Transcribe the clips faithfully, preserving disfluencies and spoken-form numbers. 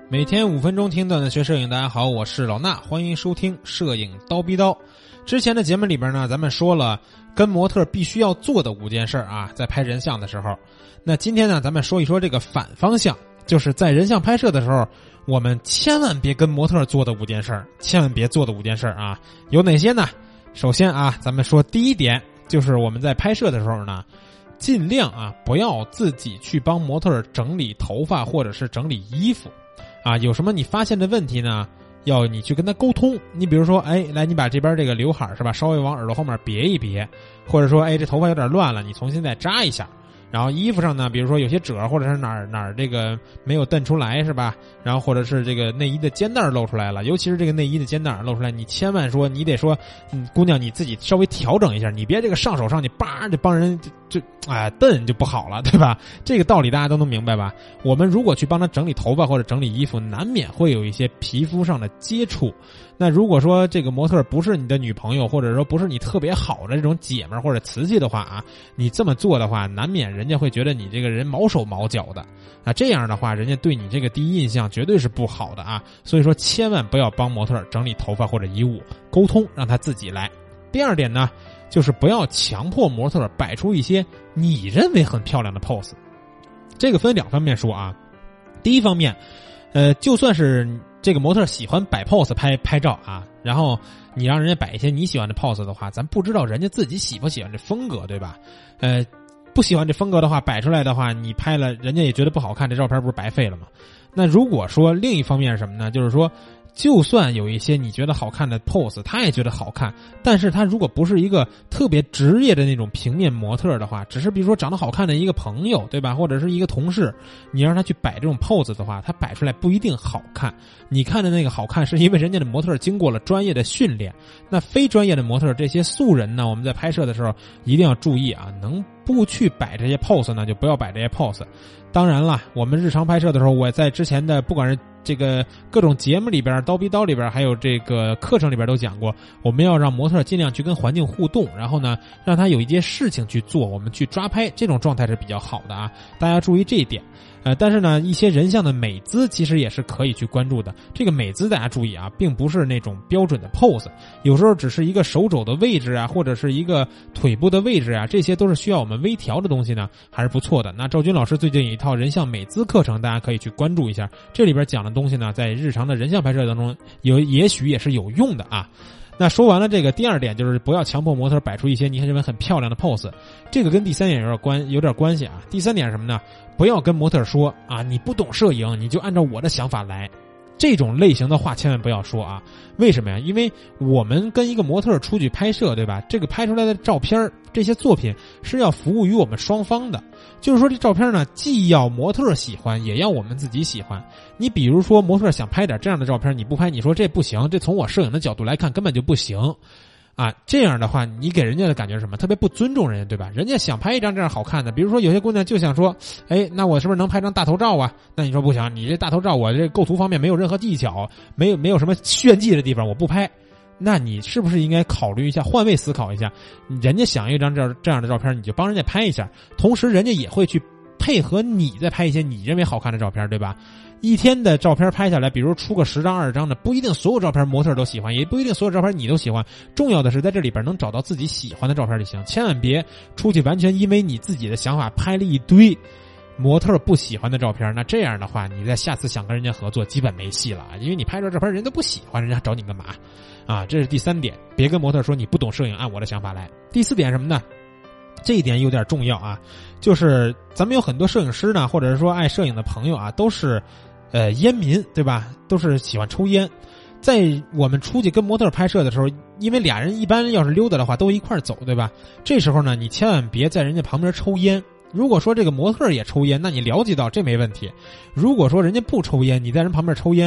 每天五分钟听段子学摄影，大家好，我是老衲，欢迎收听摄影刀逼刀。之前的节目里边呢，咱们说了跟模特必须要做的五件事啊，在拍人像的时候。那今天呢，咱们说一说这个反方向，就是在人像拍摄的时候，我们千万别跟模特做的五件事，千万别做的五件事啊，有哪些呢？首先啊，咱们说第一点，就是我们在拍摄的时候呢，尽量啊不要自己去帮模特整理头发或者是整理衣服啊，有什么你发现的问题呢，要你去跟他沟通。你比如说，哎，来，你把这边这个刘海是吧，稍微往耳朵后面别一别，或者说，哎，这头发有点乱了，你重新再扎一下。然后衣服上呢，比如说有些褶或者是哪儿哪儿这个没有蹬出来是吧？然后或者是这个内衣的肩带露出来了，尤其是这个内衣的肩带露出来，你千万说你得说，嗯，姑娘你自己稍微调整一下，你别这个上手上去叭就帮人就就哎蹬就不好了，对吧？这个道理大家都能明白吧？我们如果去帮他整理头发或者整理衣服，难免会有一些皮肤上的接触。那如果说这个模特不是你的女朋友，或者说不是你特别好的这种姐们或者瓷器的话啊，你这么做的话，难免人家会觉得你这个人毛手毛脚的啊，这样的话人家对你这个第一印象绝对是不好的啊。所以说千万不要帮模特整理头发或者衣物，沟通让他自己来。第二点呢，就是不要强迫模特摆出一些你认为很漂亮的 pose。 这个分两方面说啊。第一方面，呃，就算是这个模特喜欢摆 pose 拍拍照啊，然后你让人家摆一些你喜欢的 pose 的话，咱不知道人家自己喜不喜欢这风格，对吧？呃，不喜欢这风格的话，摆出来的话，你拍了人家也觉得不好看，这照片不是白费了吗？那如果说另一方面是什么呢？就是说就算有一些你觉得好看的 pose 他也觉得好看，但是他如果不是一个特别职业的那种平面模特的话，只是比如说长得好看的一个朋友，对吧，或者是一个同事，你让他去摆这种 pose 的话，他摆出来不一定好看。你看的那个好看是因为人家的模特经过了专业的训练，那非专业的模特这些素人呢，我们在拍摄的时候一定要注意啊，能不去摆这些 pose 呢，就不要摆这些 pose。当然了，我们日常拍摄的时候，我在之前的不管是这个各种节目里边，刀逼刀里边，还有这个课程里边都讲过，我们要让模特尽量去跟环境互动，然后呢让他有一件事情去做，我们去抓拍，这种状态是比较好的啊，大家注意这一点。呃，但是呢，一些人像的美姿其实也是可以去关注的。这个美姿大家注意啊，并不是那种标准的 pose， 有时候只是一个手肘的位置啊，或者是一个腿部的位置啊，这些都是需要我们微调的东西呢，还是不错的。那赵军老师最近有一套人像美姿课程，大家可以去关注一下。这里边讲的东西呢，在日常的人像拍摄当中，有也许也是有用的啊。那说完了这个第二点，就是不要强迫模特摆出一些你认为很漂亮的 pose， 这个跟第三点有点关有点关系啊。第三点是什么呢？不要跟模特说啊，你不懂摄影，你就按照我的想法来。这种类型的话千万不要说啊！为什么呀？因为我们跟一个模特出去拍摄，对吧？这个拍出来的照片，这些作品是要服务于我们双方的。就是说这照片呢，既要模特喜欢，也要我们自己喜欢。你比如说模特想拍点这样的照片，你不拍，你说这不行，这从我摄影的角度来看根本就不行。啊，这样的话你给人家的感觉是什么？特别不尊重人家，对吧？人家想拍一张这样好看的，比如说有些姑娘就想说，哎，那我是不是能拍张大头照啊？那你说不行，你这大头照我这构图方面没有任何技巧，没有没有什么炫技的地方，我不拍。那你是不是应该考虑一下，换位思考一下，人家想一张这样这样的照片，你就帮人家拍一下，同时人家也会去配合你再拍一些你认为好看的照片，对吧？一天的照片拍下来，比如出个十张二十张的，不一定所有照片模特都喜欢，也不一定所有照片你都喜欢。重要的是在这里边能找到自己喜欢的照片就行，千万别出去完全因为你自己的想法拍了一堆模特不喜欢的照片。那这样的话，你在下次想跟人家合作基本没戏了，因为你拍出照片人都不喜欢，人家找你干嘛啊？这是第三点，别跟模特说你不懂摄影，按我的想法来。第四点什么呢？这一点有点重要啊，就是咱们有很多摄影师呢，或者是说爱摄影的朋友啊，都是呃烟民，对吧？都是喜欢抽烟。在我们出去跟模特拍摄的时候，因为俩人一般要是溜达的话都一块走，对吧？这时候呢，你千万别在人家旁边抽烟。如果说这个模特也抽烟，那你了解到这没问题。如果说人家不抽烟，你在人旁边抽烟，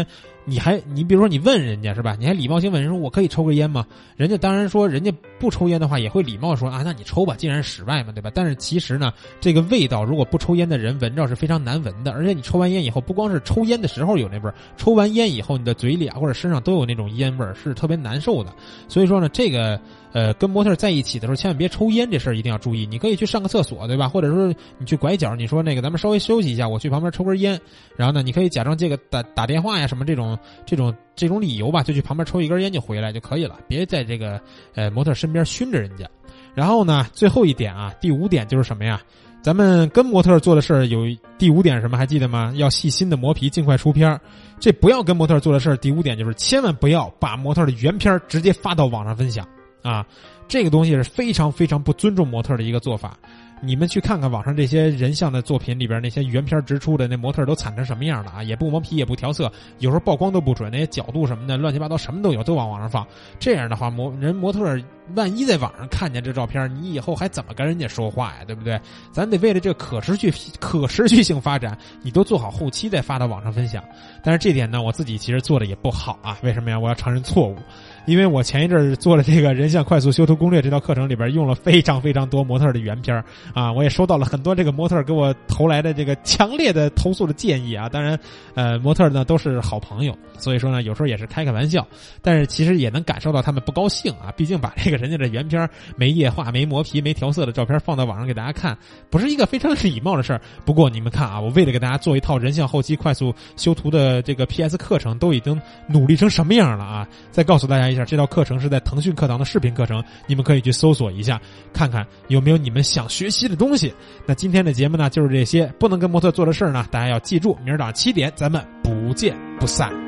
你还你比如说你问人家是吧？你还礼貌性问人说我可以抽根烟吗？人家当然说人家不抽烟的话也会礼貌说啊，那你抽吧，既然是室外嘛，对吧？但是其实呢，这个味道如果不抽烟的人闻着是非常难闻的，而且你抽完烟以后，不光是抽烟的时候有那味儿，抽完烟以后你的嘴里啊或者身上都有那种烟味儿，是特别难受的。所以说呢，这个呃跟模特在一起的时候千万别抽烟，这事儿一定要注意。你可以去上个厕所，对吧？或者说你去拐角，你说那个咱们稍微休息一下，我去旁边抽根烟，然后呢你可以假装这个打打电话呀什么这种这种这种理由吧，就去旁边抽一根烟就回来就可以了，别在这个呃模特身边熏着人家。然后呢最后一点啊，第五点就是什么呀？咱们跟模特做的事儿有第五点是什么还记得吗？要细心的磨皮，尽快出片。这不要跟模特做的事儿第五点就是千万不要把模特的原片直接发到网上分享啊，这个东西是非常非常不尊重模特的一个做法。你们去看看网上这些人像的作品里边那些原片直出的那模特都惨成什么样了啊！也不磨皮也不调色，有时候曝光都不准，那些角度什么的乱七八糟什么都有，都往网上放。这样的话模人模特万一在网上看见这照片，你以后还怎么跟人家说话呀，对不对？咱得为了这个可持续可持续性发展，你都做好后期再发到网上分享。但是这点呢我自己其实做的也不好啊，为什么呀？我要承认错误。因为我前一阵做了这个人像快速修图攻略这套课程里边用了非常非常多模特的原片啊，我也收到了很多这个模特给我投来的这个强烈的投诉的建议啊。当然呃模特呢都是好朋友，所以说呢有时候也是开开玩笑，但是其实也能感受到他们不高兴啊，毕竟把这个人家的原片没液化没磨皮没调色的照片放到网上给大家看，不是一个非常礼貌的事儿。不过你们看啊，我为了给大家做一套人像后期快速修图的这个 P S 课程都已经努力成什么样了啊，再告诉大家一下，这套课程是在腾讯课堂的视频课程，你们可以去搜索一下，看看有没有你们想学习的东西。那今天的节目呢就是这些，不能跟模特做的事儿呢大家要记住，明儿早上七点咱们不见不散。